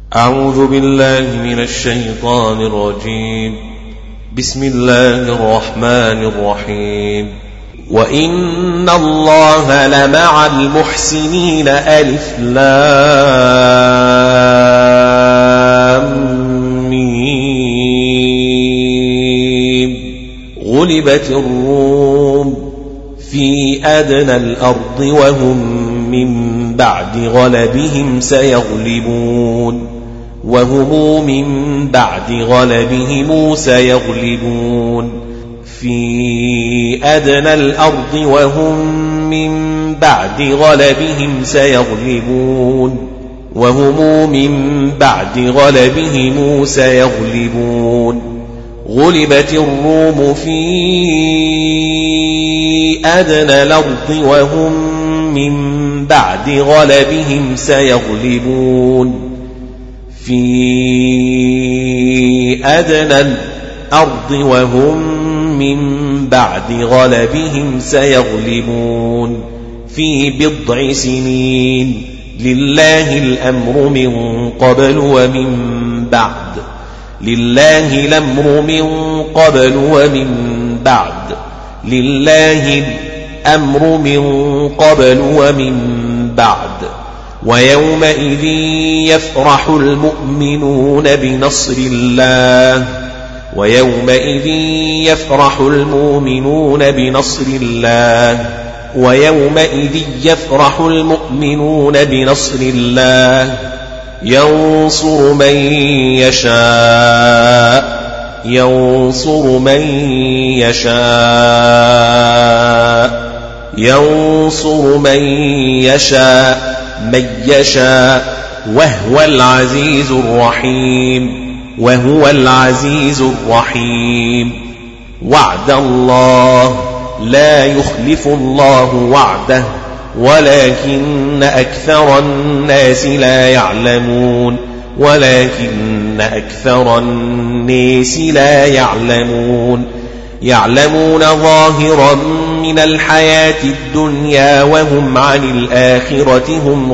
أعوذ بالله من الشيطان الرجيم. بسم الله الرحمن الرحيم. وإن الله لمع المحسنين ألف لام ميم. غلبت الروم في أدنى الأرض وهم من بعد غلبهم سيغلبون في أدنى الأرض وهم من بعد غلبهم سيغلبون. غلبت الروم في أدنى الأرض وهم من بعد غلبهم سيغلبون. في أدنى الأرض وهم من بعد غلبهم سيغلبون في بضع سنين. لله الأمر من قبل ومن بعد. ويومئذ يفرح المؤمنون بنصر الله ينصر من يشاء وهو العزيز الرحيم. وعد الله لا يخلف الله وعده ولكن أكثر الناس لا يعلمون. يعلمون ظاهرا من الحياة الدنيا وهم عن الآخرة هم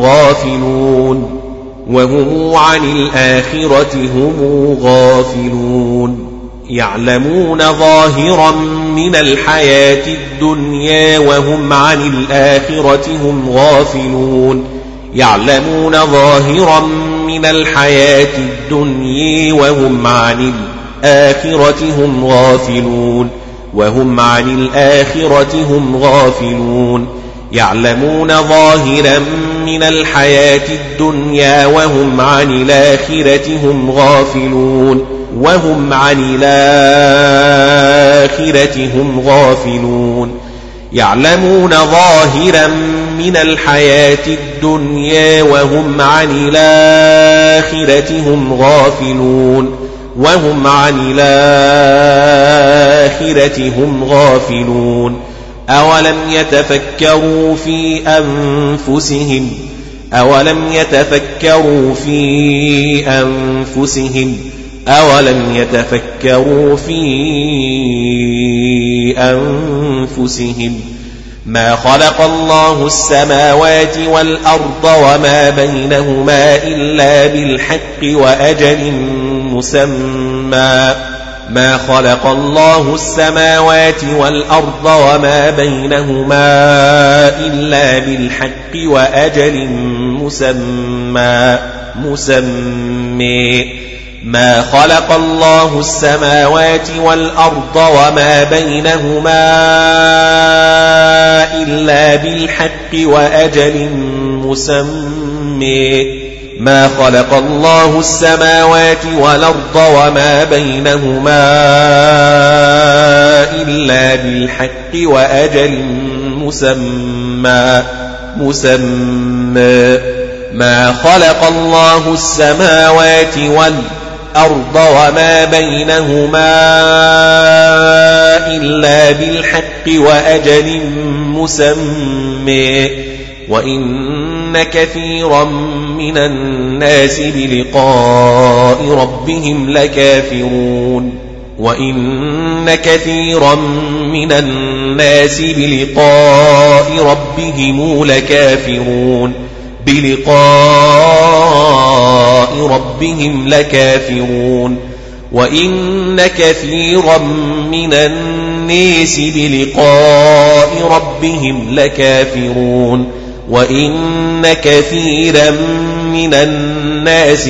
غافلون. يعلمون ظاهرا من الحياة الدنيا وهم عن الآخرة هم غافلون. وهم عن الآخرة هم غافلون. يعلمون ظاهرا من الحياة الدنيا وهم عن الآخرة هم غافلون. يعلمون ظاهرا من الحياة الدنيا وهم عن الآخرة هم غافلون. أولم يتفكروا في أنفسهم ما خلق الله السماوات والأرض وما بينهما إلا بالحق وأجل مسمى. ما خلق الله السماوات والأرض وما بينهما إلا بالحق وأجل مسمى. ما خلق الله السماوات والأرض وما بينهما إلا بالحق وأجل مسمى. ما خلق الله السماوات والأرض وما بينهما إلا بالحق وأجل مسمى. وإن كثيرا من الناس بلقاء ربهم لكافرون. بلقاء ربهم لكافرون وإن كثيرا من الناس بلقاء ربهم لكافرون وإن كثيرا من الناس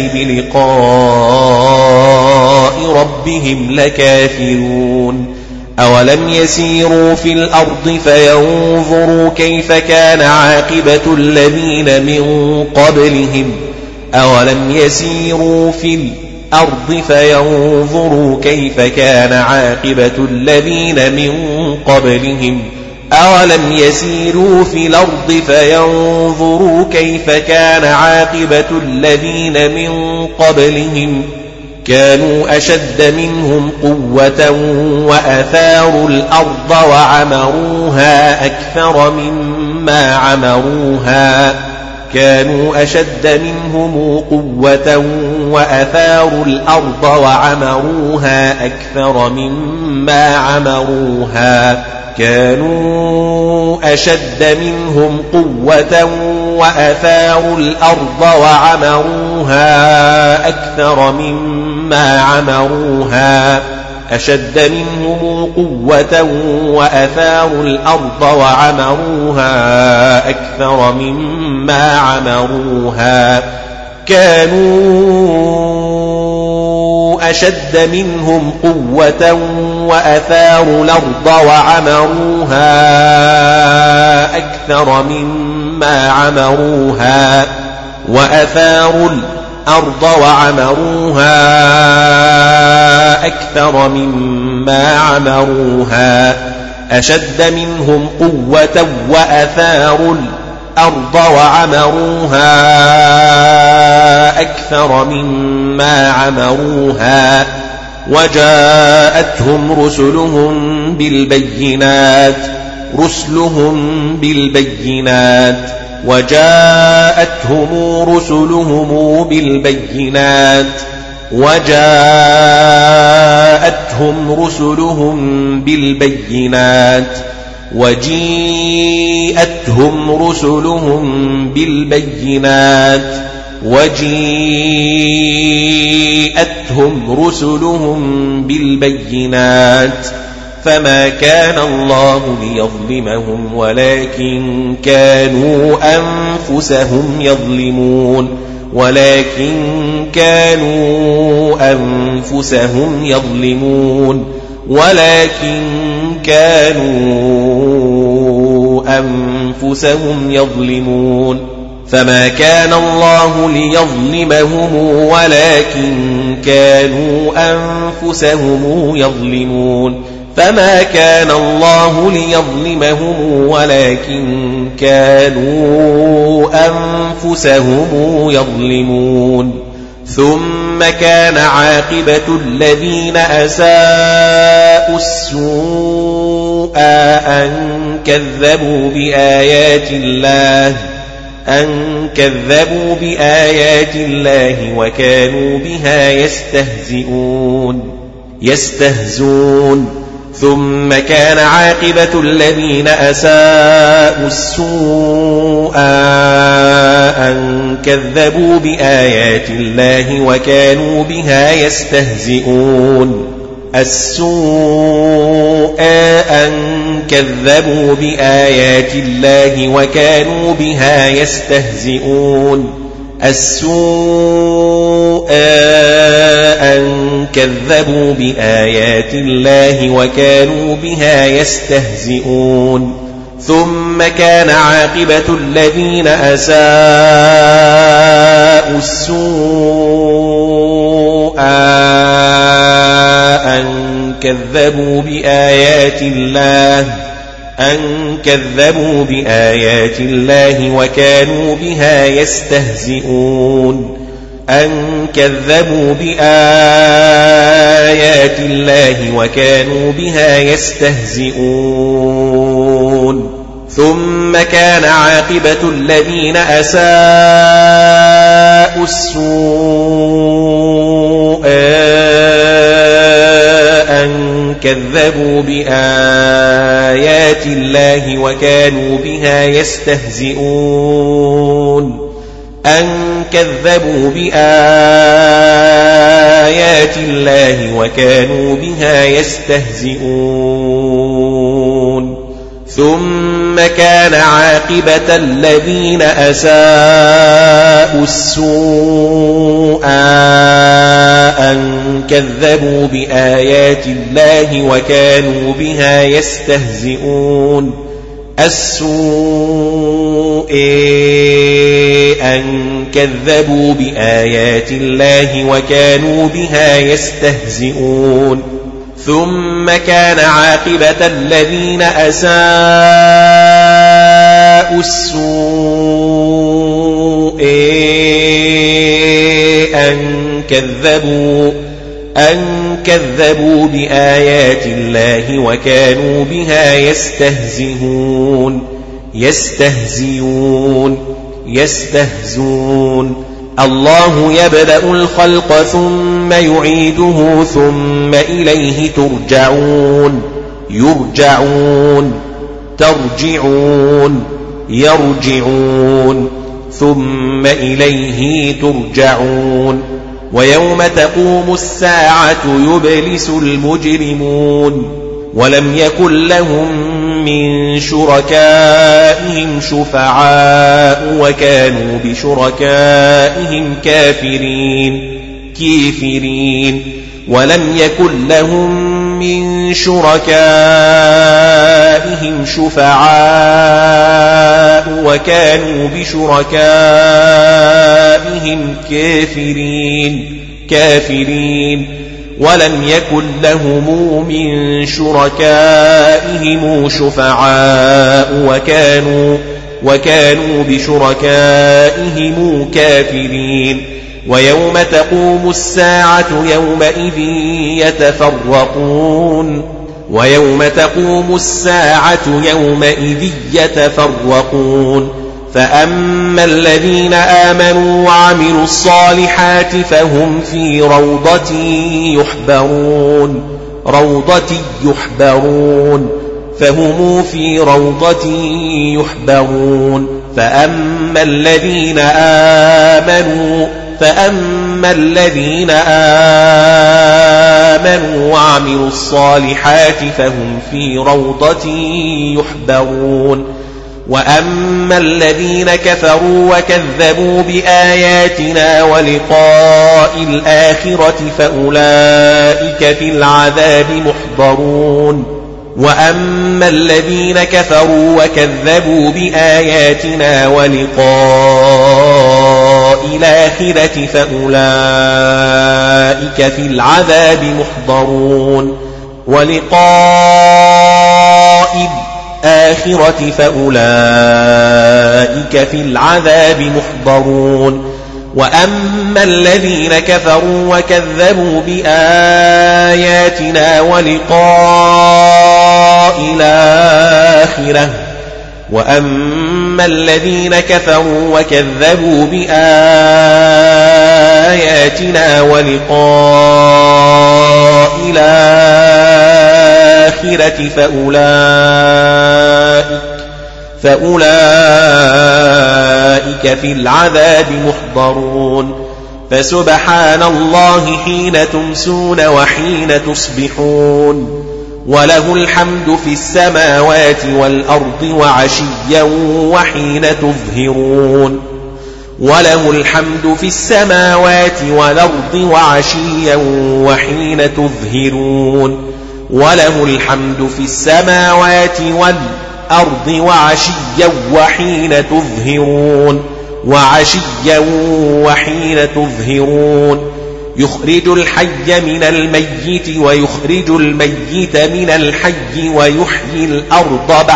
بلقاء ربهم لكافرون أولم يسيروا في الأرض فينظروا كيف كان عاقبة الذين من قبلهم أولم يسيروا في الأرض فينظروا كيف كان عاقبة الذين من قبلهم أولم يسيروا في الأرض فينظروا كيف كان عاقبة الذين من قبلهم كانوا أشد منهم قوة وأثاروا الأرض وعمروها أكثر مما عمروها كانوا أشد منهم قوة وأثاروا الأرض وعمروها أكثر مما عمروها كانوا أشد منهم قوة وأثاروا الأرض وعمروها أكثر مما عمروها أشد منهم قوة وأثاروا الأرض وعمروها أكثر مما عمروها كانوا أشد منهم قوة وأثاروا الأرض وعمروها أكثر مما عمروها وأثاروا الأرض وعمروها أكثر مما عمروها أشد منهم قوة وأثاروا الأرض وعمروها أكثر مما عمروها وجاءتهم رسلهم بالبينات وجاءتهم رسلهم بالبينات وجيءتهم رسلهم بالبينات فما كان الله ليظلمهم ولكن كانوا أنفسهم يظلمون فما كان الله ليظلمهم ولكن كانوا أنفسهم يظلمون فما كان الله ليظلمهم ولكن كانوا أنفسهم يظلمون ثم كان عاقبة الذين أساءوا السوء أن كذبوا بآيات الله وكانوا بها يستهزئون ثم كان عاقبة الذين أساءوا السوء أن كذبوا بآيات الله وكانوا بها يستهزئون أن كذبوا بآيات الله وكانوا بها يستهزئون أن كذبوا بآيات الله وكانوا بها يستهزئون ثم كان عاقبة الذين أساءوا السوء أن كذبوا بآيات الله وكانوا بها يستهزئون ثم كان عاقبة الذين أساءوا السوء أن كذبوا بآيات الله وكانوا بها يستهزئون أن كذبوا بآيات الله وكانوا بها يستهزئون ثم كان عاقبة الذين أساءوا السوء أن كذبوا بآيات الله وكانوا بها يستهزئون السوء أن كذبوا بآيات الله وكانوا بها يستهزئون ثم كان عاقبة الذين أساءوا السوء أن كذبوا بآيات الله وكانوا بها يستهزئون الله يبدأ الخلق ثم يعيده ثم إليه يرجعون ثم إليه ترجعون ويوم تقوم الساعة يبلس المجرمون ولم يكن لهم من شركائهم شفعاء وكانوا بشركائهم كافرين ولم يكن لهم من شركائهم شفعاء وكانوا بشركائهم كافرين ولم يكن لهم من شركائهم شفعاء وكانوا بشركائهم كافرين ويوم تقوم الساعة يومئذ يتفرقون فأما الذين آمنوا وعملوا الصالحات فهم في روضة يحبرون فأما الذين آمنوا وعملوا الصالحات فهم في روضة يحبرون وأما الذين كفروا وكذبوا بآياتنا ولقاء الآخرة فأولئك في العذاب محضرون وأما الذين كفروا وكذبوا بآياتنا ولقاء الآخرة فأولئك في العذاب محضرون وأما الذين كفروا وكذبوا بآياتنا ولقاء الآخرة فأولئك في العذاب محضرون فسبحان الله حين تمسون وحين تصبحون وله الحمد في السماوات والأرض وعشيا وحين تظهرون يخرج الحي من الميت ويخرج الميت من الحي ويحيي الأرض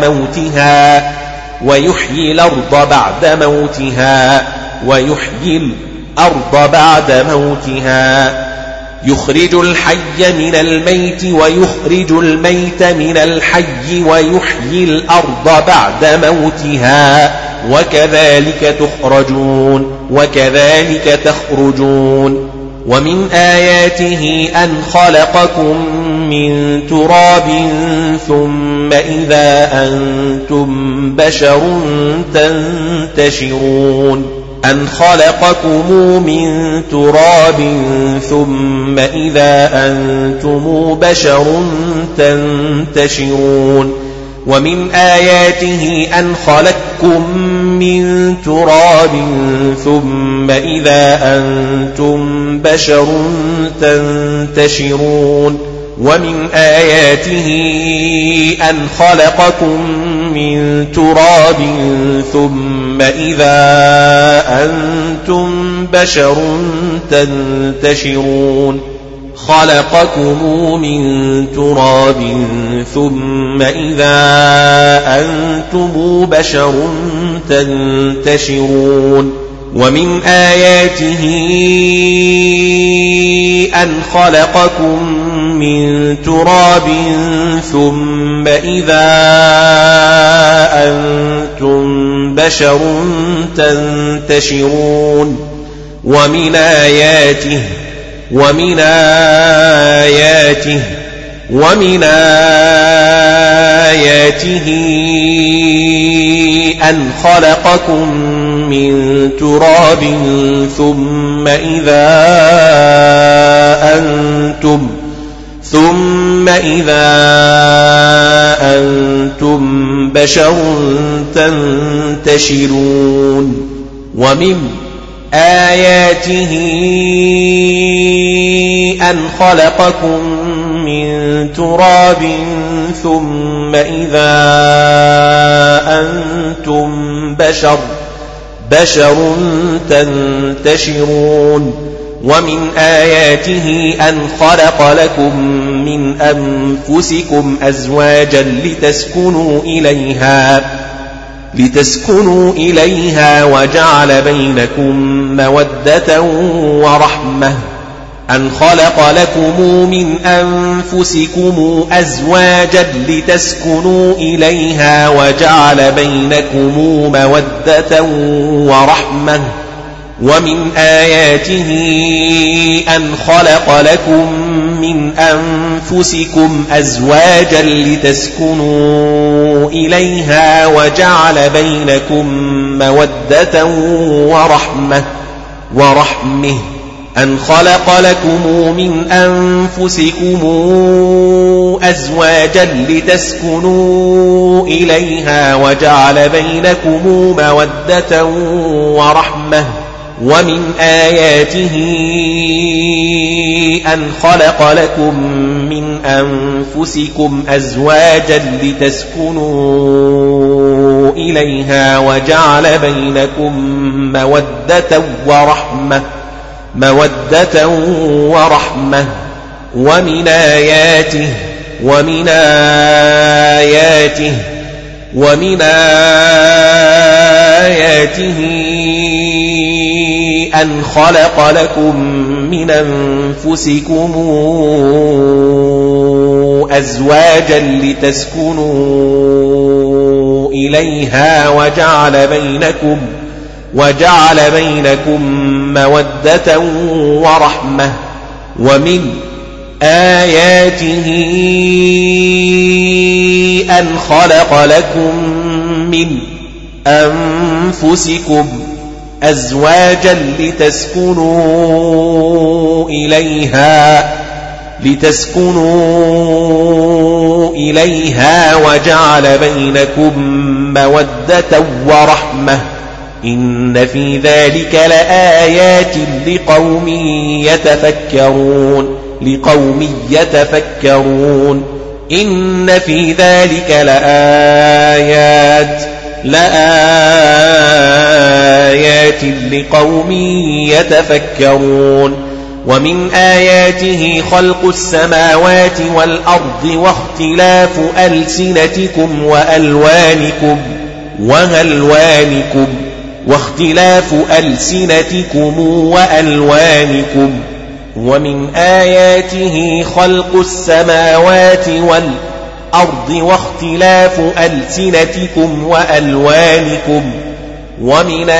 بعد موتها يخرج الحي من الميت ويخرج الميت من الحي ويحيي الأرض بعد موتها وكذلك تخرجون ومن آياته أن خلقكم من تراب ثم إذا أنتم بشر تنتشرون أن خلقكم من تراب ثم إذا أنتم بشر تنتشرون ومن آياته أن خلقكم من تراب ثم إذا أنتم بشر تنتشرون ومن آياته أن خلقكم من تراب ثم إذا أنتم بشر تنتشرون خلقكم من تراب ثم إذا أنتم بشر تنتشرون ومن آياته أن خلقكم من تراب ثم إذا أنتم بشر تنتشرون ومن آياته أن خلقكم من تراب ثم إذا أنتم بشر تنتشرون ومن آياته أن خلقكم من تراب ثم إذا أنتم بشر تنتشرون ومن آياته أن خلق لكم من أنفسكم أزواجا لتسكنوا إليها وجعل بينكم مودة ورحمة أن خلق لكم من أنفسكم أزواجا لتسكنوا إليها وجعل بينكم مودة ورحمة ومن آياته أن خلق لكم من أنفسكم أزواجا لتسكنوا إليها وجعل بينكم مودة ورحمة أن خلق لكم من أنفسكم أزواجا لتسكنوا إليها وجعل بينكم مودة ورحمة ومن آياته أن خلق لكم من أنفسكم أزواجا لتسكنوا إليها وجعل بينكم مودة ورحمة ومن آياته أن خلق لكم من أنفسكم أزواجا لتسكنوا إليها وجعل بينكم مودة ورحمة ومن آياته أن خلق لكم من أنفسكم أزواجا لتسكنوا إليها وجعل بينكم مودة ورحمة إن في ذلك لآيات لقوم يتفكرون إن في ذلك لآيات لقوم يتفكرون ومن آياته خلق السماوات والأرض واختلاف ألسنتكم وألوانكم ومن آياته خلق السماوات والأرض واختلاف ألسنتكم وألوانكم ومن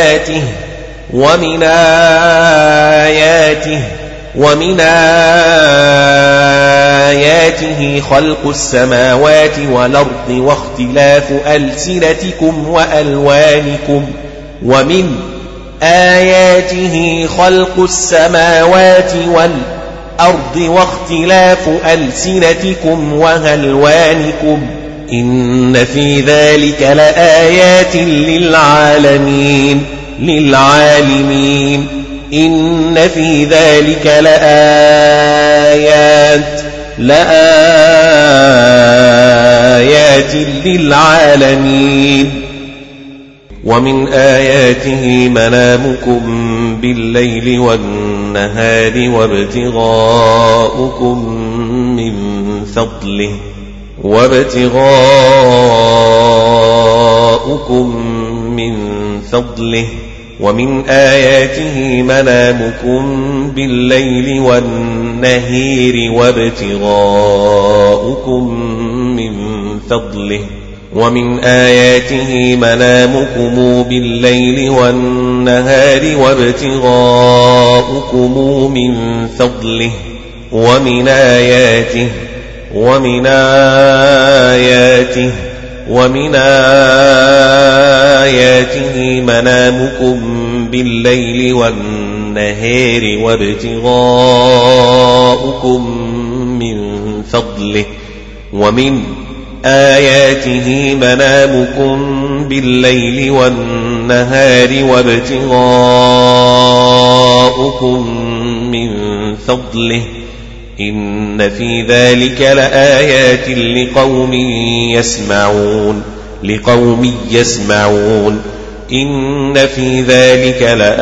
آياته خلق السماوات والأرض واختلاف ألسنتكم وألوانكم ومن آياته خلق السماوات والأرض واختلاف ألسنتكم وألوانكم إن في ذلك لآيات للعالمين إن في ذلك لآيات للعالمين ومن آياته منامكم بالليل والنهار وابتغاؤكم من فضله ومن آياته منامكم بالليل والنهار وابتغاؤكم من فضله ومن آياته منامكم بالليل والنهار وابتغاؤكم من فضله ومن آياته منامكم بالليل والنهار وابتغاؤكم من فضله ومن آياته منامكم بالليل والنهار وابتغاؤكم من فضله إن في ذلك لآيات لقوم يسمعون إن في ذلك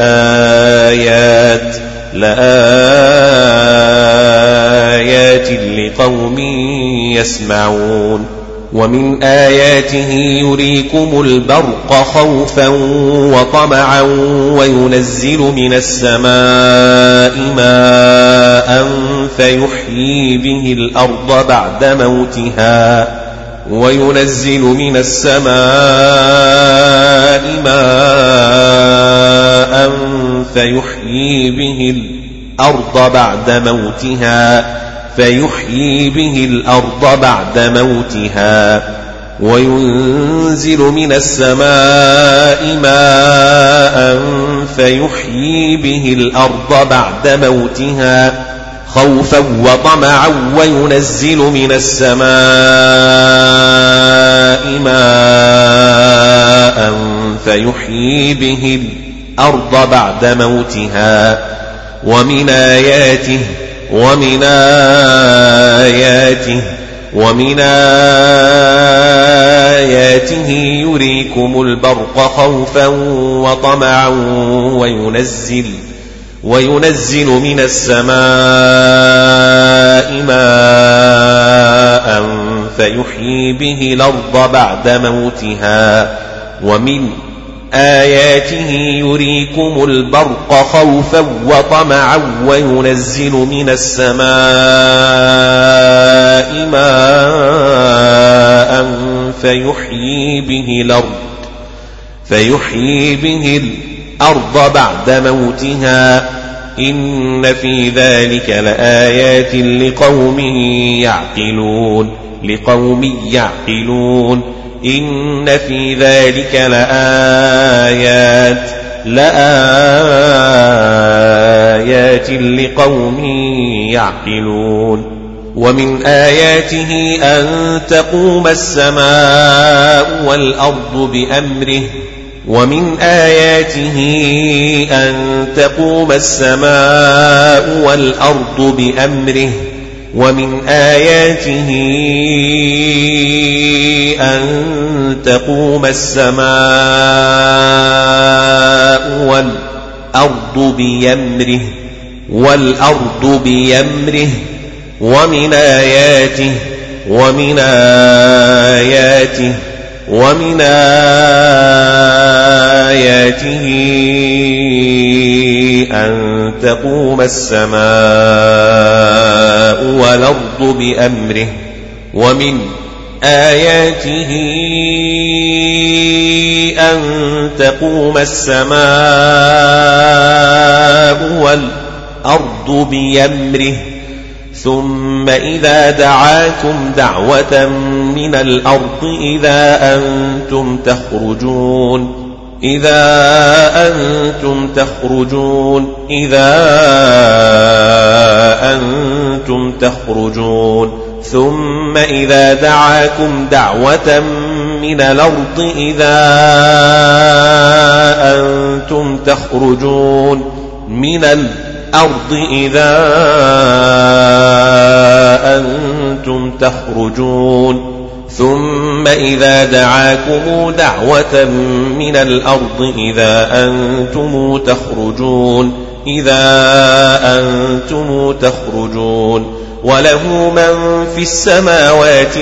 لآيات لقوم يسمعون ومن آياته يريكم البرق خوفا وطمعا وينزل من السماء ماء فيحيي به الأرض بعد موتها فيحيي به الأرض بعد موتها وينزل من السماء ماء فيحيي به الأرض بعد موتها خوفا وطمعا وينزل من السماء ماء فيحيي به الأرض بعد موتها ومن آياته يريكم البرق خوفا وطمعا وينزل من السماء ماء فيحيي به الأرض بعد موتها ومن آياته يريكم البرق خوفا وطمعا وينزل من السماء ماء فيحيي به الأرض بعد موتها إن في ذلك لآيات لقوم يعقلون إن في ذلك لآيات لقوم يعقلون ومن آياته أن تقوم السماء والأرض بأمره ومن آياته أن تقوم السماء والأرض بأمره ومن آياته أن تقوم السماء والأرض بأمره ومن آياته أن تقوم السماء والأرض بأمره ومن آياته أن تقوم السماء والأرض بأمره ثم إذا دعاكم دعوة من الأرض إذا أنتم تخرجون إذا أنتم تخرجون ثم إذا دعاكم دعوة من الأرض إذا أنتم تخرجون من الأرض إذا أنتم تخرجون ثم إذا دعاكم دعوة من الأرض إذا أنتم تخرجون وله من في السماوات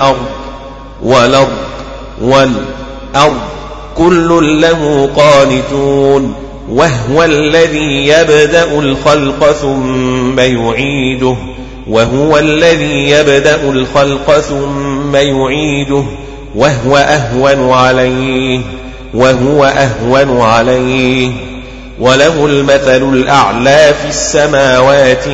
والأرض كل له قانتون وهو الذي يبدأ الخلق ثم يعيده وهو أهون عليه وله المثل الأعلى في السماوات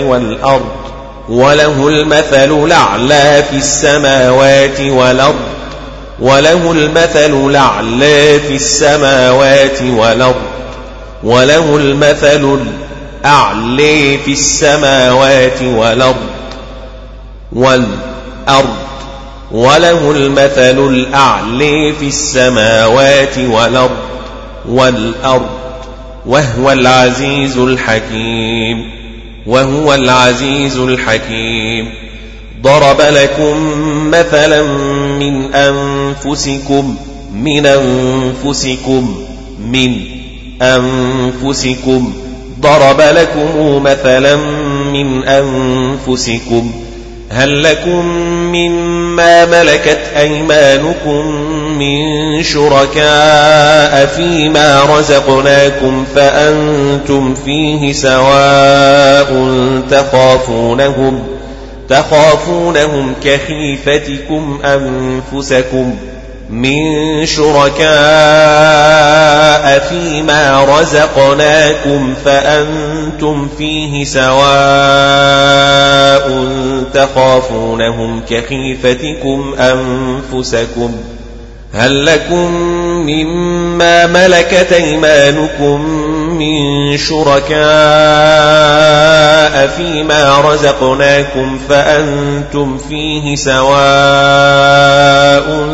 والأرض وهو العزيز الحكيم ضرب لكم مثلا من أنفسكم هل لكم مما ملكت أيمانكم من شركاء فيما رزقناكم فأنتم فيه سواء تخافونهم كخيفتكم أنفسكم من شركاء فيما رزقناكم فأنتم فيه سواء تخافونهم كخيفتكم أنفسكم هل لكم مما ملكت أيمانكم من شركاء فيما رزقناكم فأنتم فيه سواء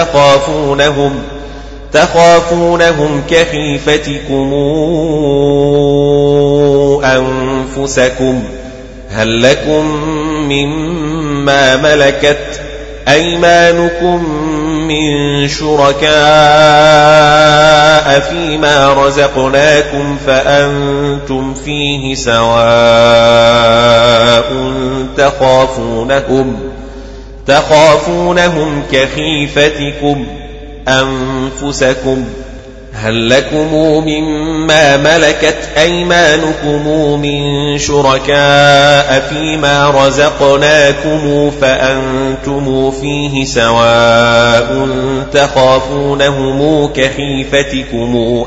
تخافونهم كخيفتكم أنفسكم هل لكم مما ملكت أيمانكم من شركاء فيما رزقناكم فأنتم فيه سواء تخافونهم كخيفتكم أنفسكم هل لكم مما ملكت أيمانكم من شركاء فيما رزقناكم فأنتم فيه سواء تخافونهم كخيفتكم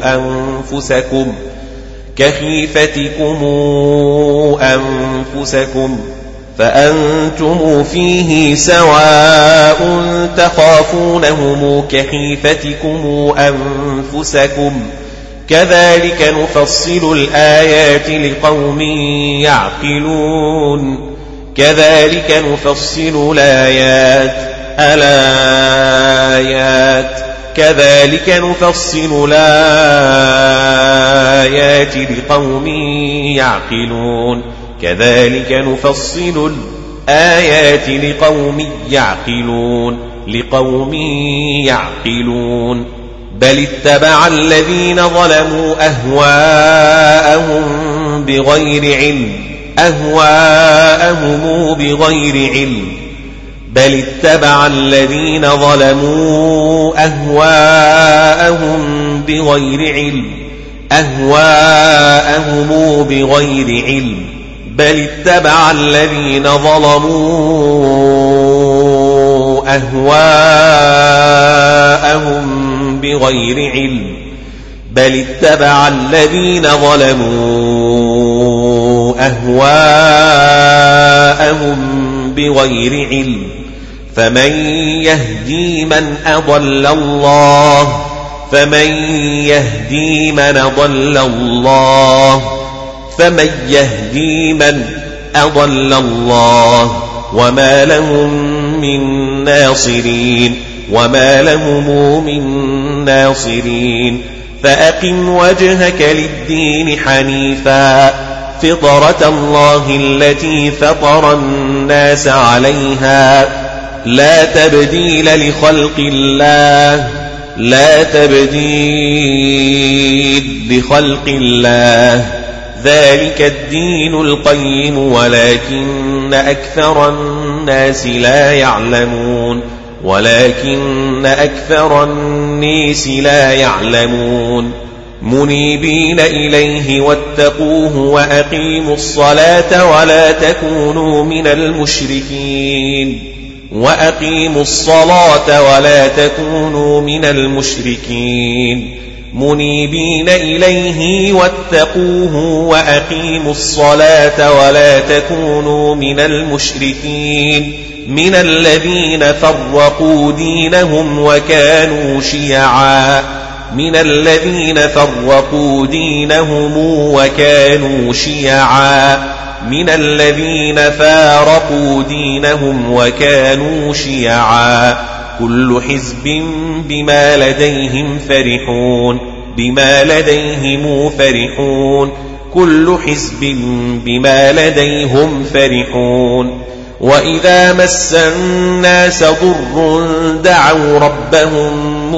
أنفسكم فأنتم فيه سواء تخافونهم كخيفتكم أنفسكم كذلك نفصل الآيات لقوم يعقلون كذلك نفصل الآيات لقوم يعقلون بل اتبع الذين ظلموا أهواءهم بغير علم بل اتبع الذين ظلموا أهواءهم بغير علم بل اتبع الذين ظلموا أهواءهم بغير علم فمن يهدي من أضل الله فمن يهدي من أضل الله وما لهم من ناصرين فأقم وجهك للدين حنيفا فطرة الله التي فطر الناس عليها لا تبديل لخلق الله ذلك الدين القيم ولكن أكثر الناس لا يعلمون منيبين إليه واتقوه وأقيموا الصلاة ولا تكونوا من المشركين منيبين إليه واتقوه وأقيموا الصلاة ولا تكونوا من المشركين من الذين فرقوا دينهم وكانوا شيعا من الذين فارقوا دينهم وكانوا شيعا كل حزب بما لديهم فرحون وإذا مس الناس ضر دعوا ربهم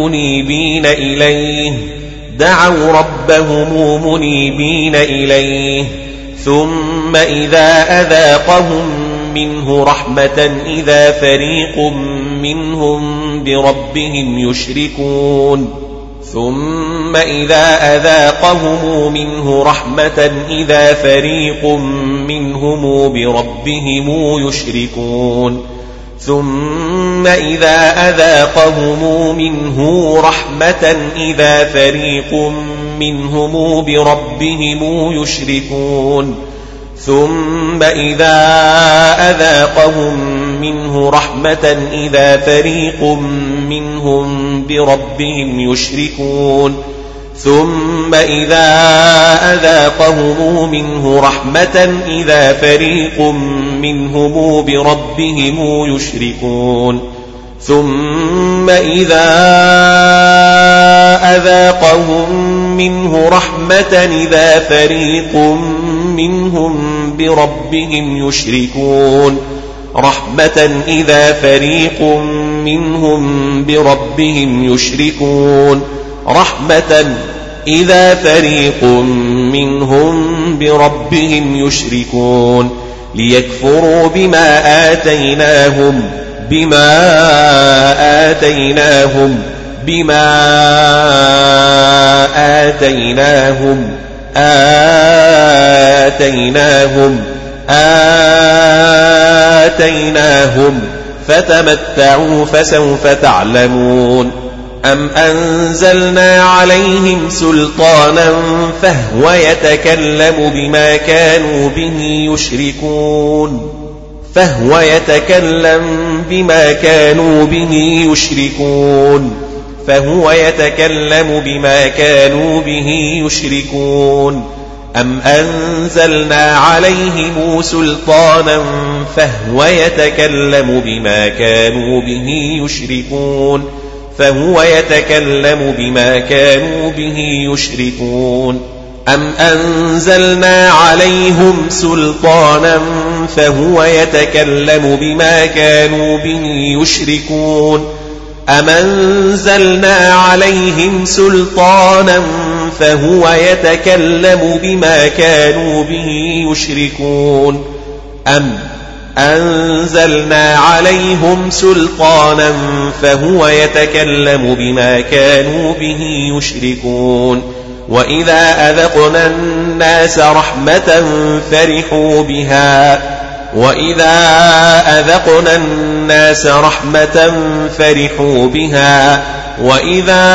منيبين إليه ثم إذا أذاقهم منه رحمة إذا فريق منهم بربهم يشركون ليكفروا بما آتيناهم فتمتعوا فسوف تعلمون أم أنزلنا عليهم سلطانا فهو يتكلم بما كانوا به يشركون أم أنزلنا عليهم سلطانا فهو يتكلم بما كانوا به يشركون أم أنزلنا عليهم سلطانا فهو يتكلم بما كانوا به يشركون أم أنزلنا عليهم سلطانا فهو يتكلم بما كانوا به يشركون أم أنزلنا عليهم سلطانا فهو يتكلم بما كانوا به يشركون وإذا أذقنا الناس رحمة فرحوا بها وإذا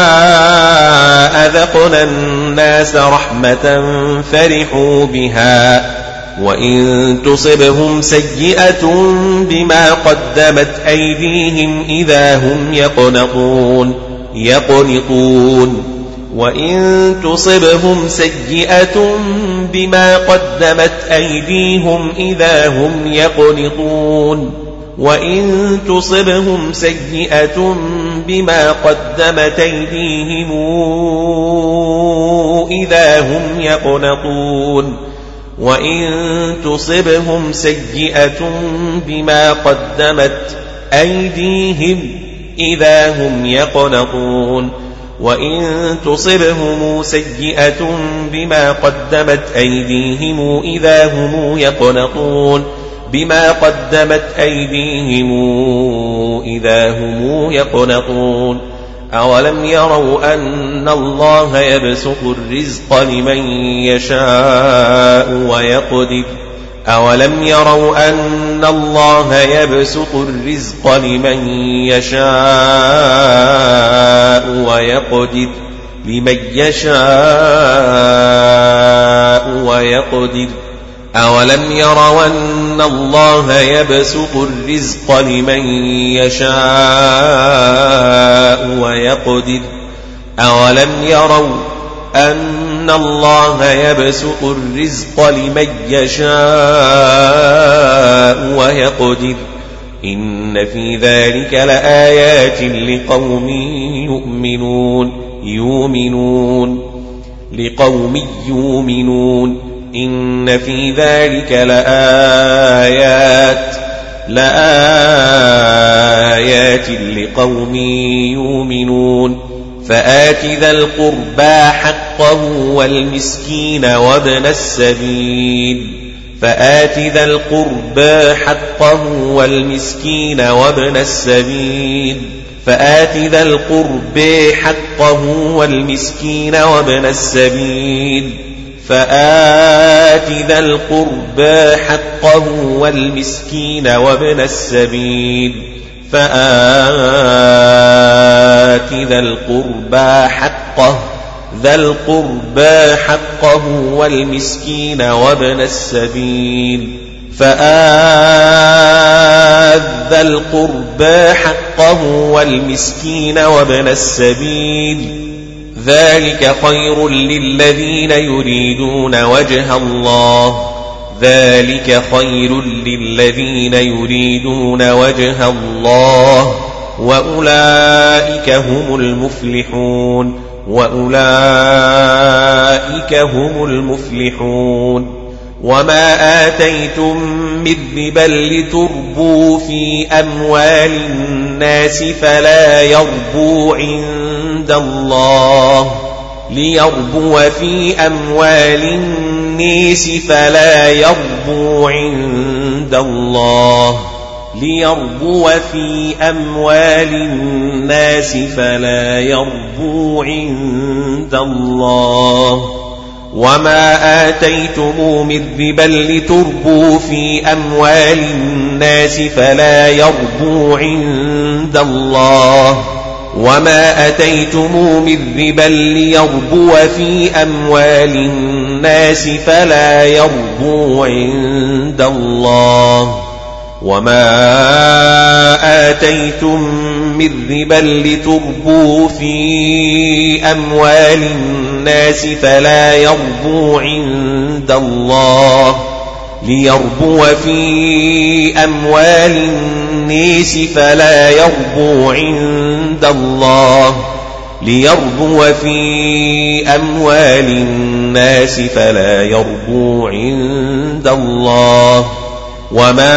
أذقنا الناس رحمة فرحوا بها وإن تصبهم سيئة بما قدمت أيديهم إذا هم يقنطون يقنطون وإن تصبهم سيئة بما قدمت أيديهم إذا هم يقنطون وإن تصبهم سيئة بما قدمت أيديهم إذا هم يقنطون وإن تصبهم سيئة بما قدمت أيديهم إذا هم يقنطون وإن تصبهم سيئة بما قدمت أيديهم إذا هم يقنطون بما قدمت أيديهم إذا هم يقنطون أولم يروا أن الله يبسط الرزق لمن يشاء ويقدر أولم يروا أن الله يبسط الرزق لمن يشاء ويقدر أولم يروا أن الله يبسط الرزق لمن يشاء ويقدر أولم يروا أن الله يبسط الرزق لمن يشاء ويقدر إن في ذلك لآيات لقوم يؤمنون إن في ذلك لآيات لقوم يؤمنون فآت ذا القربى حقه والمسكين وابن السبيل فآت ذا القربى حقه والمسكين وابن السبيل فآت ذا القربى حقه والمسكين وابن السبيل فآت ذا القربى حقه والمسكين وابن السبيل فآت ذا القربى حقه والمسكين وابن السبيل فآت ذا القربى حقه والمسكين وابن السبيل ذلك خير للذين يريدون وجه الله وأولئك هم المفلحون وما آتيتم من ربا لتربوا في أموال الناس فلا يربو عند الله ليربو في أموال الناس فلا يربو عند الله وما آتيتم من ربا لتربوا في أموال الناس فلا يربو عند الله وما أتيتم من ربا ليربو في أموال الناس فلا يربو عند الله وما آتيتم من ربا لتربوا في أموال الناس فلا يربو عند الله ليربو في أموال الناس فلا يربو عند الله وما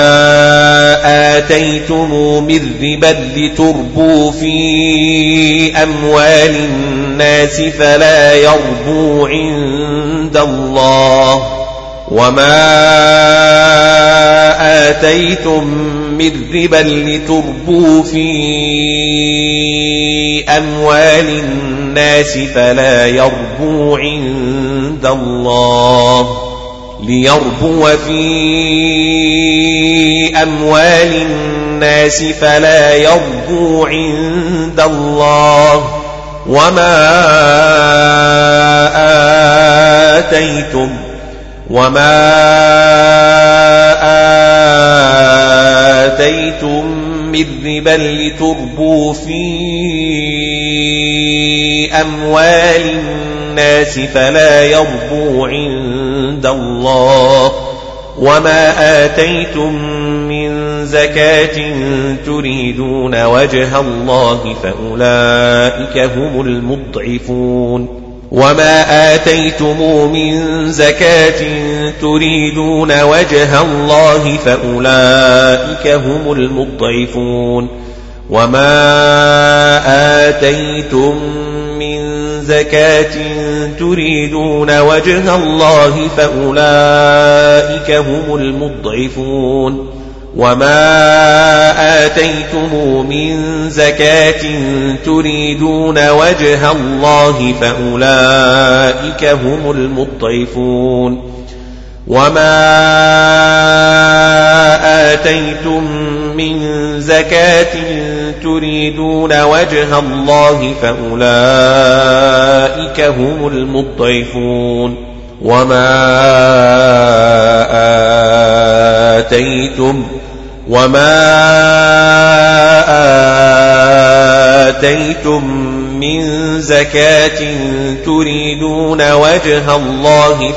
آتيتم من ربا لتربوا في أموال الناس فلا يربو عند الله وما آتيتم من ربا لتربوا في أموال الناس فلا يربو عند الله ليربو في أموال الناس فلا يربو عند الله وما آتيتم من ربا لتربوا في أموال الناس فلا يربو عند الله وما آتيتم من زكاة تريدون وجه الله فأولئك هم المضعفون وما آتيتم من زكاة تريدون وجه الله فأولئك هم المضعفون وما آتيتم من زكاة تريدون وجه الله فأولئك هم المضعفون وما آتيتم من زكاة تريدون وجه الله فأولئك هم المضعفون وما آتيتم من زكاة تريدون وجه الله فأولئك هم المضعفون وما آتيتم من زكاة تريدون وجه الله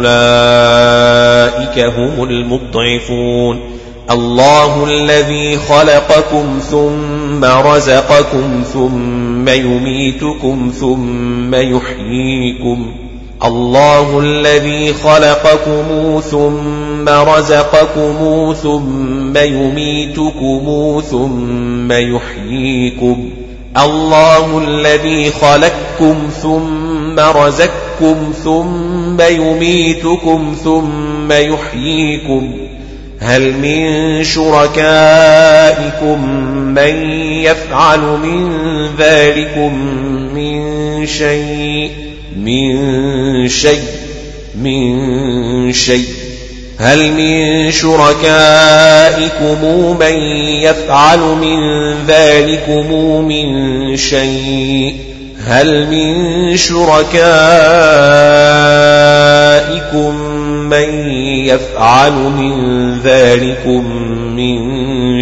فأولئك هم المضعفون الله الذي خلقكم ثم رزقكم ثم يميتكم ثم يحييكم الله الذي خلقكم ثم رزقكم ثم يميتكم ثم يحييكم الله الذي خلقكم ثم رزقكم ثم يميتكم ثم يحييكم هل من شركائكم من يفعل من ذلكم من شيء هل من شركائكم من يفعل من ذلكم من شيء هل من شركائكم من يفعل من ذلكم من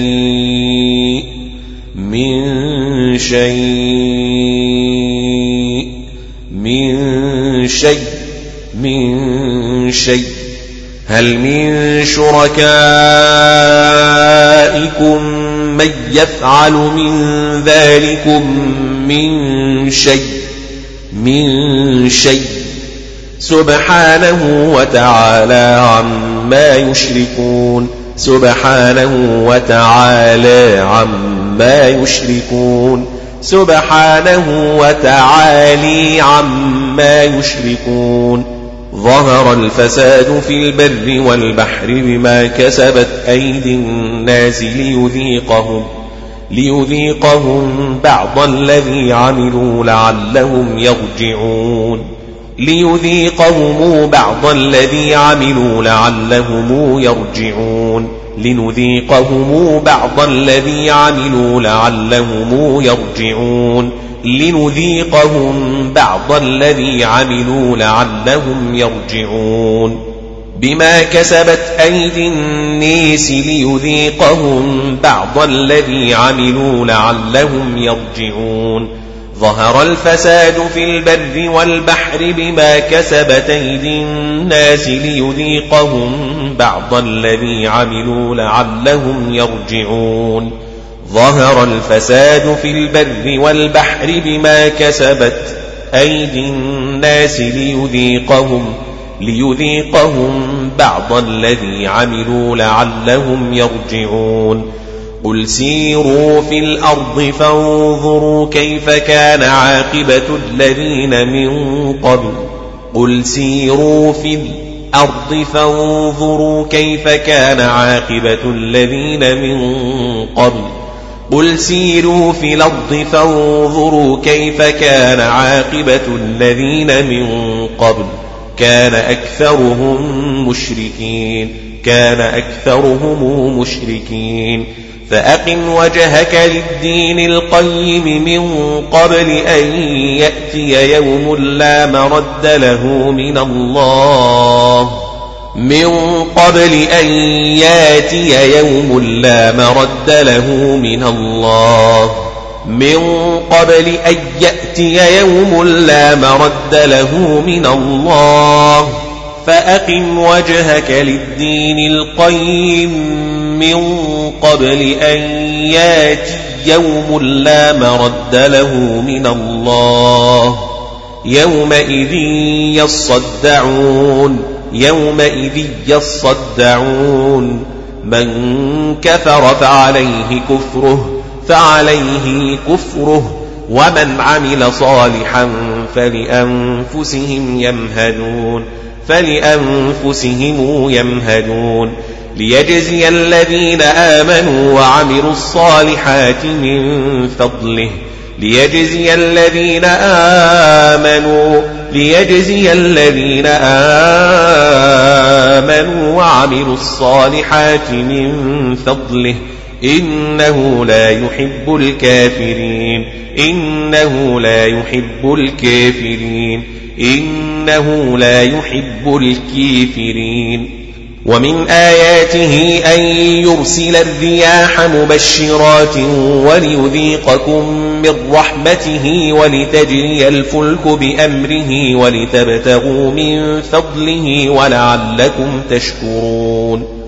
شيء هل من شركائكم من يفعل من ذلكم من شيء سبحانه وتعالى عما يشركون سبحانه وتعالى عما يشركون سبحانه وتعالى عما يشركون ظهر الفساد في البر والبحر بما كسبت أيدي الناس ليذيقهم بعض الذي عملوا لعلهم يرجعون لنذيقهم بعض الذي عملوا لعلهم يرجعون لنذيقهم بعض الذي عملوا لعلهم يرجعون بما كسبت أيدي الناس ليذيقهم بعض الذي عملوا لعلهم يرجعون ظهر الفساد في البر والبحر بما كسبت أيدي الناس ليذيقهم بعض الذي عملوا لعلهم يرجعون ظهر الفساد في البر والبحر بما كسبت أيدي الناس ليذيقهم بعض الذي عملوا لعلهم يرجعون قل سيروا في الأرض فانظروا كيف كان عاقبة الذين من قبل قل سيروا في الأرض فانظروا كيف كان عاقبة الذين من قبل قل سيروا في الأرض فانظروا كيف كان عاقبة الذين من قبل كان أكثرهم مشركين فأقم وجهك للدين القيم من قبل أن يأتي يوم لا مرد له من الله من قبل أن يأتي يوم لا مرد له من الله فأقم وجهك للدين القيم من قبل أن يأتي يوم لا مرد له من الله يومئذ يصدعون من كفر فعليه كفره ومن عمل صالحا فلأنفسهم يمهدون ليجزي الذين آمنوا وعملوا الصالحات من فضله إنه لا يحب الكافرين ومن آياته أن يرسل الرياح مبشرات وليذيقكم من رحمته ولتجري الفلك بأمره ولتبتغوا من فضله ولعلكم تشكرون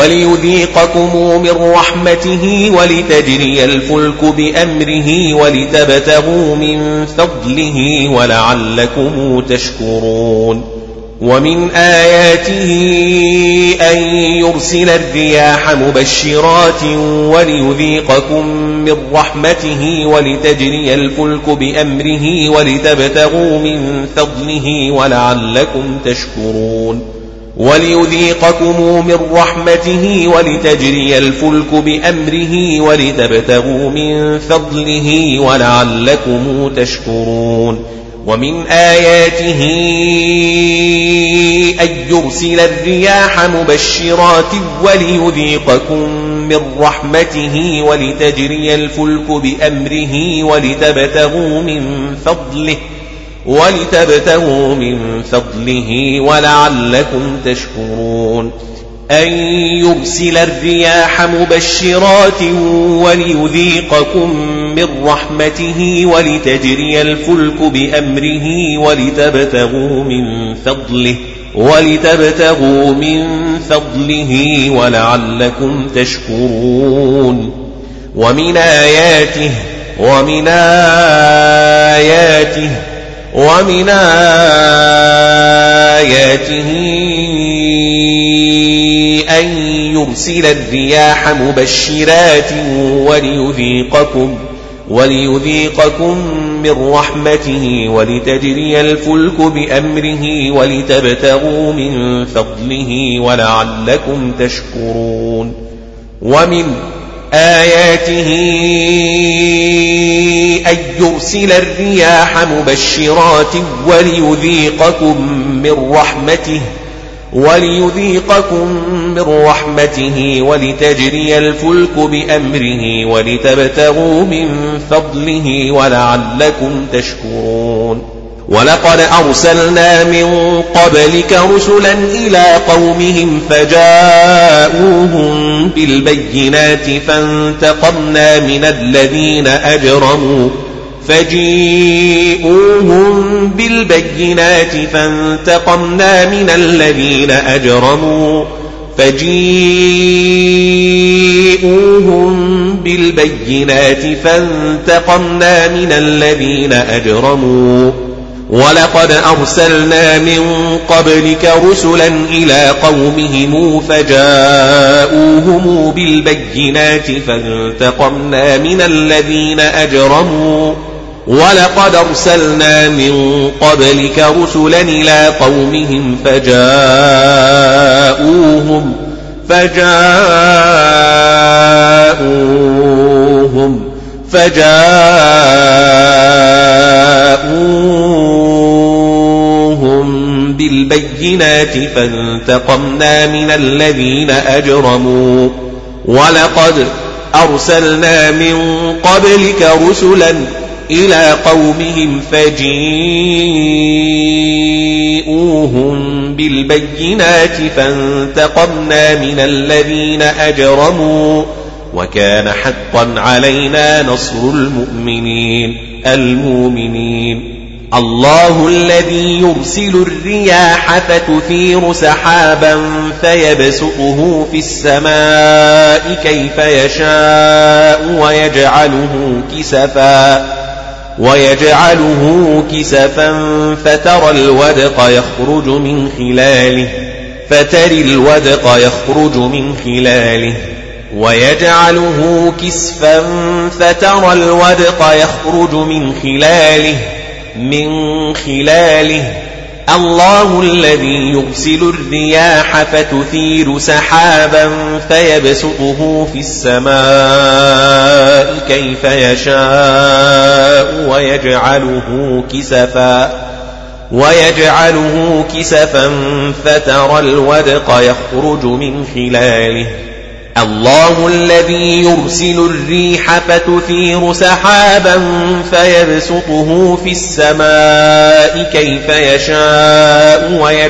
ومن آياته أن يرسل الرياح مبشرات وليذيقكم من رحمته ولتجري الفلك بأمره ولتبتغوا من فضله ولعلكم تشكرون ومن آياته أن يرسل الرياح مبشرات وليذيقكم من رحمته ولتجري الفلك بأمره ولتبتغوا من فضله ولعلكم تشكرون أن يرسل الرياح مبشرات وليذيقكم من رحمته ولتجري الفلك بأمره ولتبتغوا من فضله ولعلكم تشكرون ومن آياته أن يرسل الرياح مبشرات وليذيقكم من رحمته ولتجري الفلك بأمره ولتبتغوا من فضله ولعلكم تشكرون ومن آياته أن يرسل الرياح مبشرات وليذيقكم من رحمته ولتجري الفلك بأمره ولتبتغوا من فضله ولعلكم تشكرون ولقد أرسلنا من قبلك رسلا إلى قومهم فجاءوهم بالبينات فانتقمنا من الذين أجرموا ولقد أرسلنا من قبلك رسلا إلى قومهم فجاءوهم بالبينات فانتقمنا من الذين أجرموا ولقد أرسلنا من قبلك رسلا إلى قومهم فجاءوهم بالبينات فانتقمنا من الذين أجرموا ولقد أرسلنا من قبلك رسلا إلى قومهم فجاءوهم بالبينات فانتقمنا من الذين أجرموا وكان حقا علينا نصر المؤمنين. الله الذي يرسل الرياح فتثير سحابا فيبسطه في السماء كيف يشاء ويجعله كسفا فترى الودق يخرج من خلاله ويجعله كسفا فترى الودق يخرج من خلاله. الله الذي يرسل الرياح فتثير سحابا فيبسطه في السماء كيف يشاء ويجعله كسفا فترى الودق يخرج من خلاله. الله الذي يرسل الريح فتثير سحابا فيبسطه في السماء كيف يشاء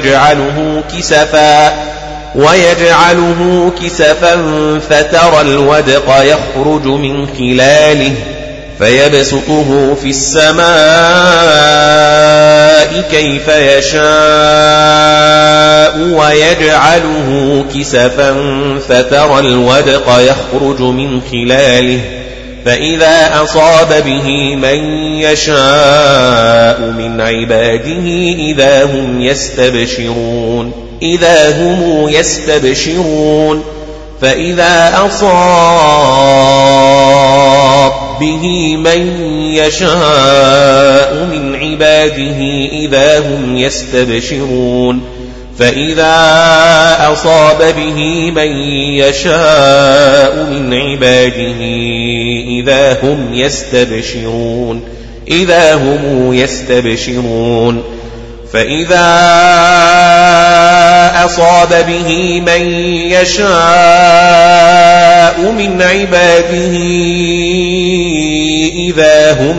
ويجعله كسفا فترى الودق يخرج من خلاله فيبسطه في السماء كيف يشاء ويجعله كسفا فترى الودق يخرج من خلاله فإذا أصاب به من يشاء من عباده إذا هم يستبشرون. فإذا أصاب به من يشاء من عباده إذا هم يستبشرون. فإذا أصاب به من يشاء من عباده إذا هم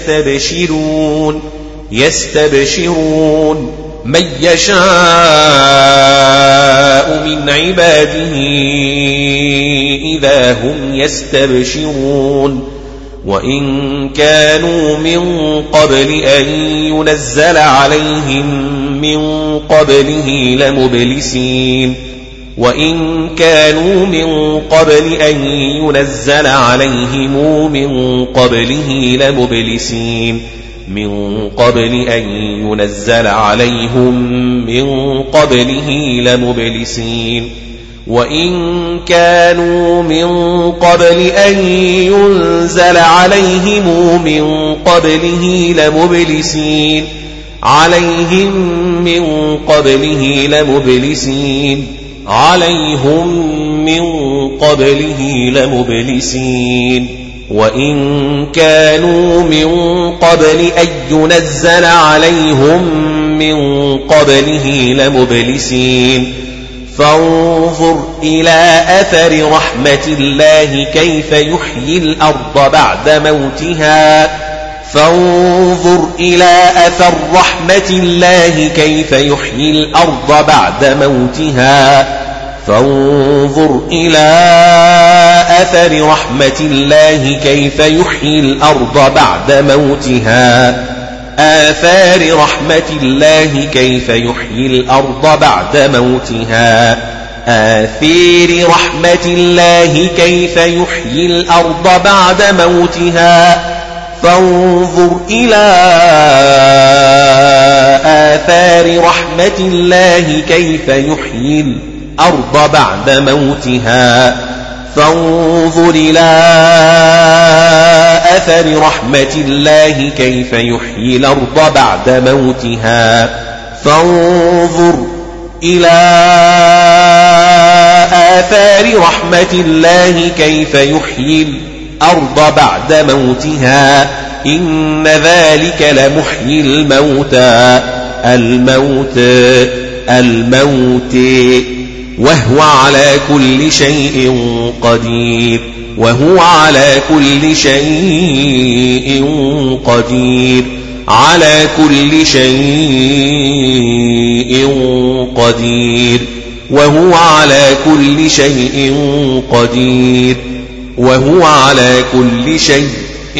يستبشرون. من يشاء من عباده إذا هم يستبشرون. وإن كانوا من قبل أن ينزل عليهم من قبله لمبلسين. وإن كانوا من قبل أن ينزل عليهم من قبله لمبلسين وإن كانوا من قبل أن ينزل عليهم من قبله لمبلسين. فانظر إلى أثر رحمة الله كيف يحيي الأرض بعد موتها آثار رحمة الله كيف يحيي الأرض بعد موتها فانظر إلى آثار رحمة الله كيف يحيي الأرض بعد موتها فانظر إلى أثر رحمة الله كيف يحيي الأرض بعد موتها فانظر إلى آثار رحمة الله كيف يحيي الأرض بعد موتها إن ذلك لمحيي الموتى وهو على كل شيء قدير على كل شيء قدير وهو على كل شيء قدير. وهو على كل شيء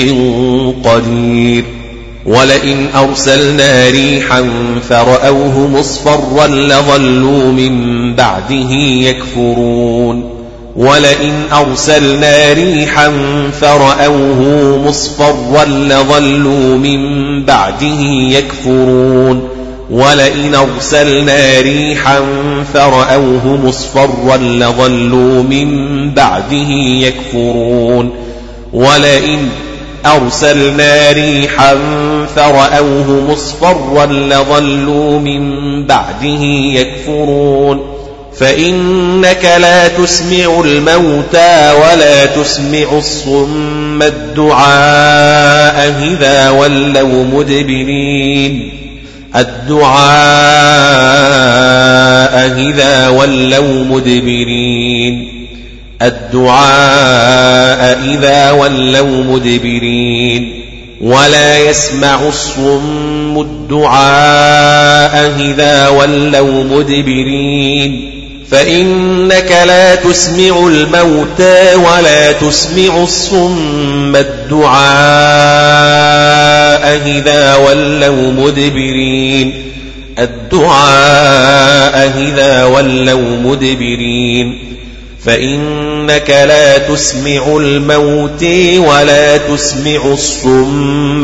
قدير. ولئن أرسلنا ريحا فرأوه مصفرا لظلوا من بعده يكفرون. ولئن أرسلنا ريحا فرأوه مصفرا لظلوا من بعده يكفرون. ولئن أرسلنا ريحا فرأوه مصفرا لظلوا من بعده يكفرون. ولئن أرسلنا ريحا فرأوه مصفرا لظلوا من بعده يكفرون. فإنك لا تسمع الموتى ولا تسمع الصم الدعاء إذا ولوا مدبرين. الدعاء إذا ولوا مدبرين. الدعاء إذا ولوا مدبرين. ولا يسمع الصم الدعاء إذا ولوا مدبرين. فإنك لا تسمع الموتى ولا تسمع الصم الدعاء إذا ولوا مدبرين. الدعاء إذا ولوا مدبرين. فإنك لا تسمع الموتى ولا تسمع الصم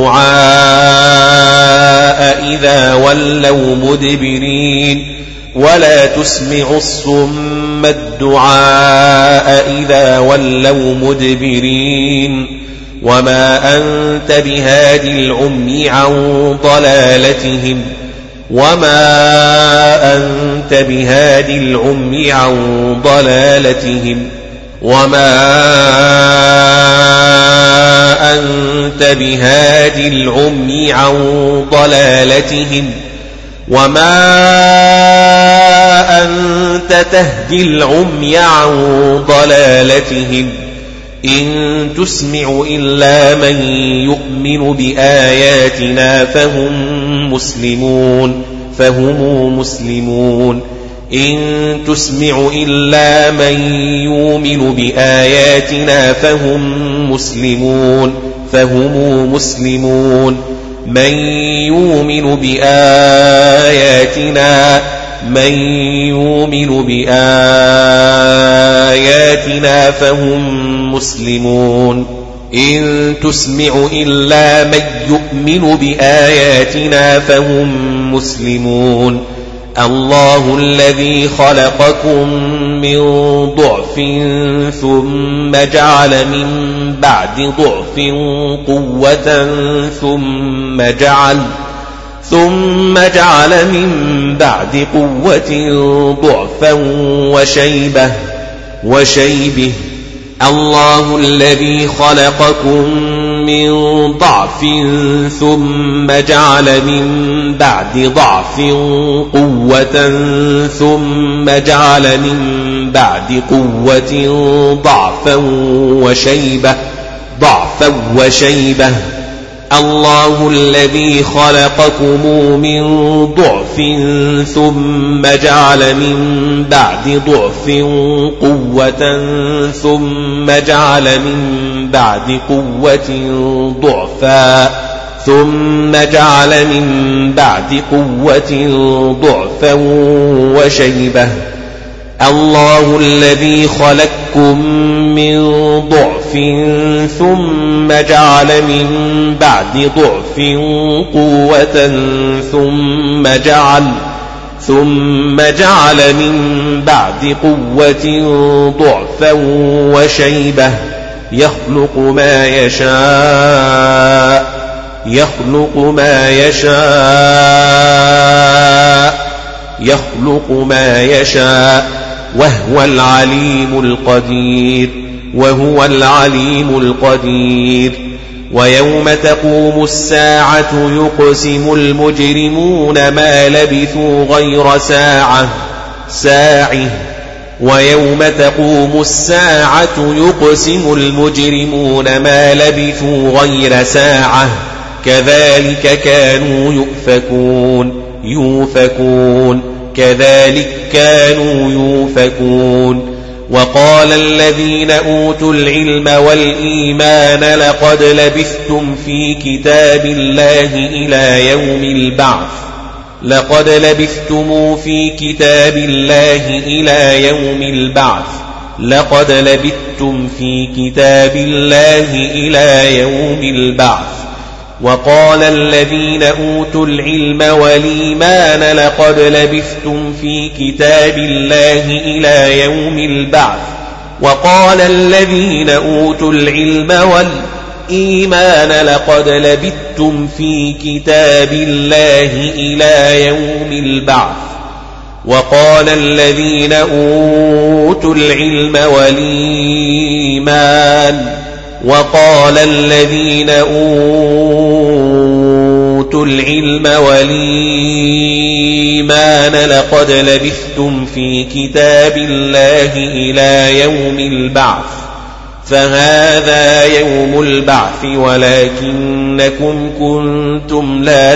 الدعاء إذا ولوا مدبرين. ولا تسمع الصم الدعاء إذا ولوا مدبرين. وما أنت بهادي العمي عن ضلالتهم. وما أنت بهادي العمي عن ضلالتهم. وما أنت بهادي العمي عن ضلالتهم. وما أنت تهدي العمي عن ضلالتهم. إن تسمع إلا من يؤمن بآياتنا فهم مسلمون. إن تسمع إلا من يؤمن بآياتنا فهم مسلمون. من يؤمن بآياتنا فهم مسلمون. إن تسمع إلا من يؤمن بآياتنا فهم مسلمون. الله الذي خلقكم من ضعف ثم جعل من بعد ضعف قوة ثم جعل من بعد قوة ضعفا وشيبة. الله الذي خلقكم من ضعف ثم جعل من بعد ضعف قوة ثم جعل من بعد قوة ضعفا وشيبة. الله الذي خلقكم من ضعف ثم جعل من بعد ضعف قوة ثم جعل من بعد قوة ضعفا ثم جعل من بعد قوة ضعفا وشيبة. الله الذي خلقكم من ضعف ثم جعل من بعد ضعف قوة ثم جعل من بعد قوة ضعفا وشيبة. يخلق ما يشاء وهو العليم القدير. ويوم تقوم الساعة يقسم المجرمون ما لبثوا غير ساعة. ويوم تقوم الساعة يقسم المجرمون ما لبثوا غير ساعة كذلك كانوا يؤفكون. وقال الذين أوتوا العلم والإيمان لقد لبثتم في كتاب الله إلى يوم البعث لقد لبثتم في كتاب الله إلى يوم البعث لقد لبثتم في كتاب الله إلى يوم البعث وقال الذين أوتوا العلم والإيمان لقد لبثتم في كتاب الله إلى يوم البعث وقال الذين أوتوا العلم والإيمان لقد لبثتم في كتاب الله إلى يوم البعث وقال الذين أوتوا العلم والإيمان وقال الذين أوتوا العلم والإيمان لقد لبثتم في كتاب الله إلى يوم البعث فهذا يوم البعث ولكنكم كنتم لا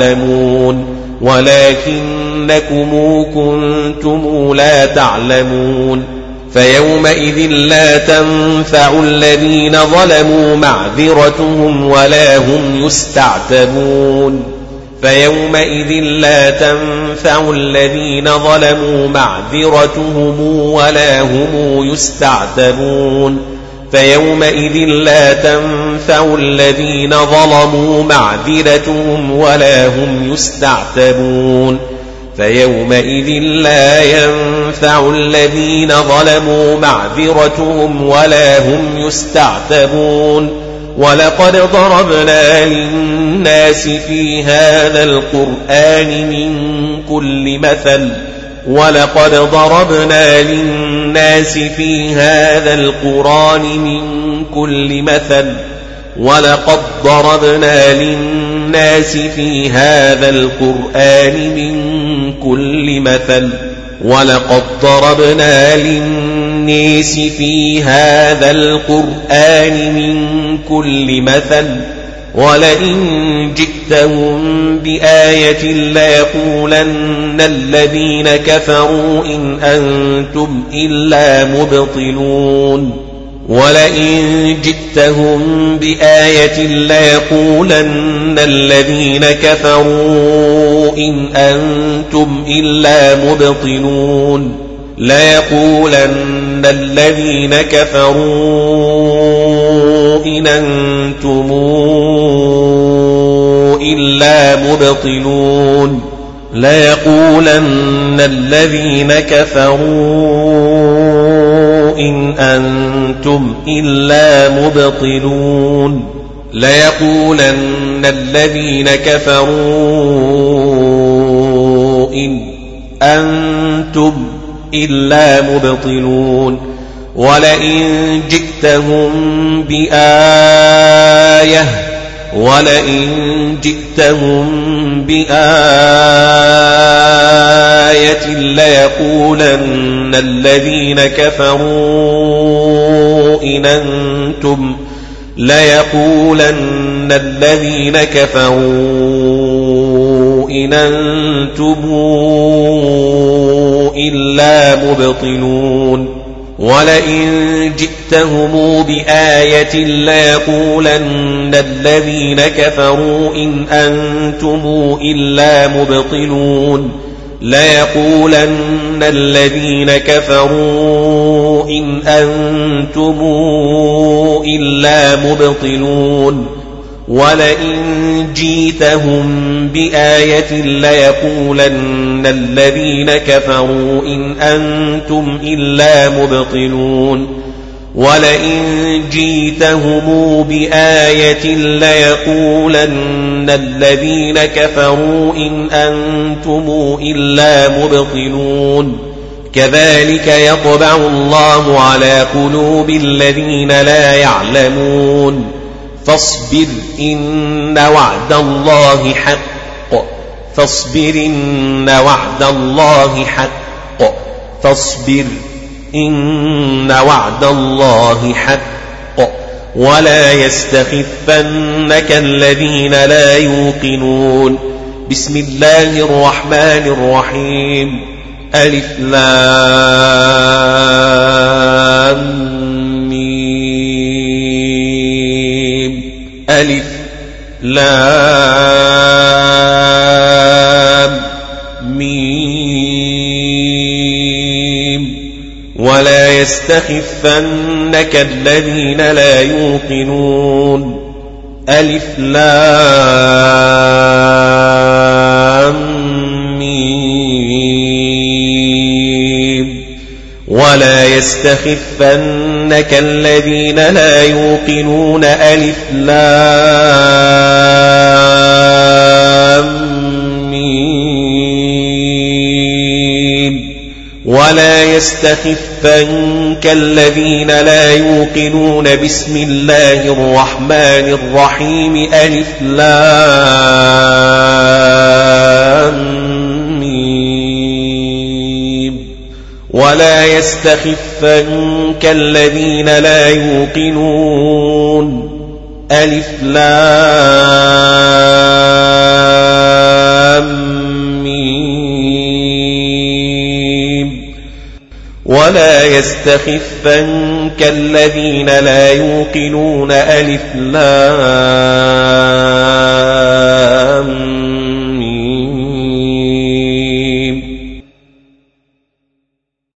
تعلمون فيومئذ لا تنفع الذين ظلموا معذرتهم ولا هم يستعتبون فيومئذ لا تنفع الذين ظلموا معذرتهم ولا هم يستعتبون فيومئذ لا تنفع الذين ظلموا معذرتهم ولا هم يستعتبون فيومئذ لا ينفع الذين ظلموا معذرتهم ولا هم يستعتبون ولقد ضربنا للناس في هذا القرآن من كل مثل ولقد ضربنا للناس في هذا القرآن من كل مثل ولقد ضربنا للناس في هذا القرآن من كل مثل ولقد ضربنا للناس في هذا القرآن من كل مثل ولئن جئتهم بآية ليقولن الذين كفروا إن أنتم إلا مبطلون ولئن جئتهم بآية ليقولن الذين كفروا إن أنتم إلا مبطلون ليقولن الذين كفروا إن أنتم إلا مبطلون ليقولن الذين كفروا إن أنتم إلا مبطلون ليقولن الذين كفروا إن أنتم إلا مبطلون ولئن جئتهم بآية ليقولن الذين كفروا إن أنتم إلا مبطلون ولئن جئتهم بآية ليقولن الذين كفروا إن أنتم إلا مبطلون ليقولن الذين كفروا إن أنتم إلا مبطلون ولئن جئتهم بآية ليقولن الذين كفروا إن أنتم إلا مبطلون ولئن جئتهم بآية ليقولن الذين كفروا إن أنتم إلا مبطلون كذلك يطبع الله على قلوب الذين لا يعلمون فاصبر إن وعد الله حق ولا يستخفنك الذين لا يوقنون بسم الله الرحمن الرحيم ألف لام لام ميم ولا يستخفنك الذين لا يوقنون ألف لام ميم ولا يستخفنك الذين لا يوقنون ألف لام ميم ولا يستخفنك الذين لا يوقنون بسم الله الرحمن الرحيم ألف لام ميم ولا يستخفنك الذين لا يوقنون ألف لام ولا يستخفنك الذين لا يوقنون ألف لام